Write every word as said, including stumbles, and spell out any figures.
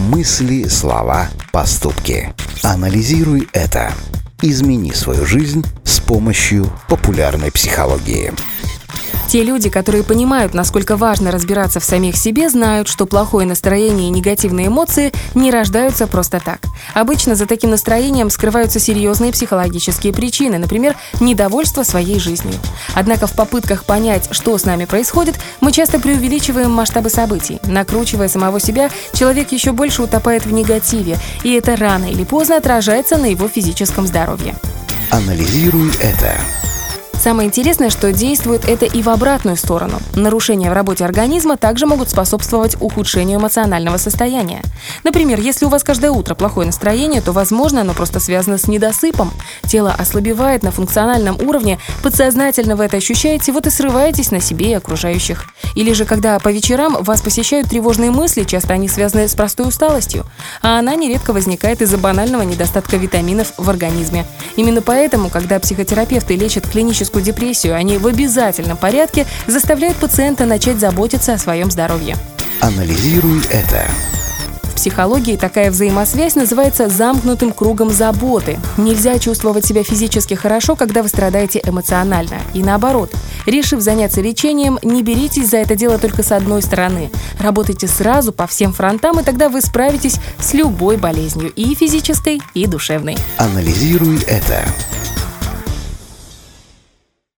Мысли, слова, поступки. Анализируй это. Измени свою жизнь с помощью популярной психологии. Те люди, которые понимают, насколько важно разбираться в самих себе, знают, что плохое настроение и негативные эмоции не рождаются просто так. Обычно за таким настроением скрываются серьезные психологические причины, например, недовольство своей жизнью. Однако в попытках понять, что с нами происходит, мы часто преувеличиваем масштабы событий. Накручивая самого себя, человек еще больше утопает в негативе, и это рано или поздно отражается на его физическом здоровье. Анализируй это. Самое интересное, что действует это и в обратную сторону. Нарушения в работе организма также могут способствовать ухудшению эмоционального состояния. Например, если у вас каждое утро плохое настроение, то, возможно, оно просто связано с недосыпом. Тело ослабевает на функциональном уровне, подсознательно вы это ощущаете, вот и срываетесь на себе и окружающих. Или же, когда по вечерам вас посещают тревожные мысли, часто они связаны с простой усталостью, а она нередко возникает из-за банального недостатка витаминов в организме. Именно поэтому, когда психотерапевты лечат клиническую депрессию, они в обязательном порядке заставляют пациента начать заботиться о своем здоровье. Анализируй это. В психологии такая взаимосвязь называется замкнутым кругом заботы. Нельзя чувствовать себя физически хорошо, когда вы страдаете эмоционально. И наоборот. Решив заняться лечением, не беритесь за это дело только с одной стороны. Работайте сразу по всем фронтам, и тогда вы справитесь с любой болезнью, и физической, и душевной. Анализируй это.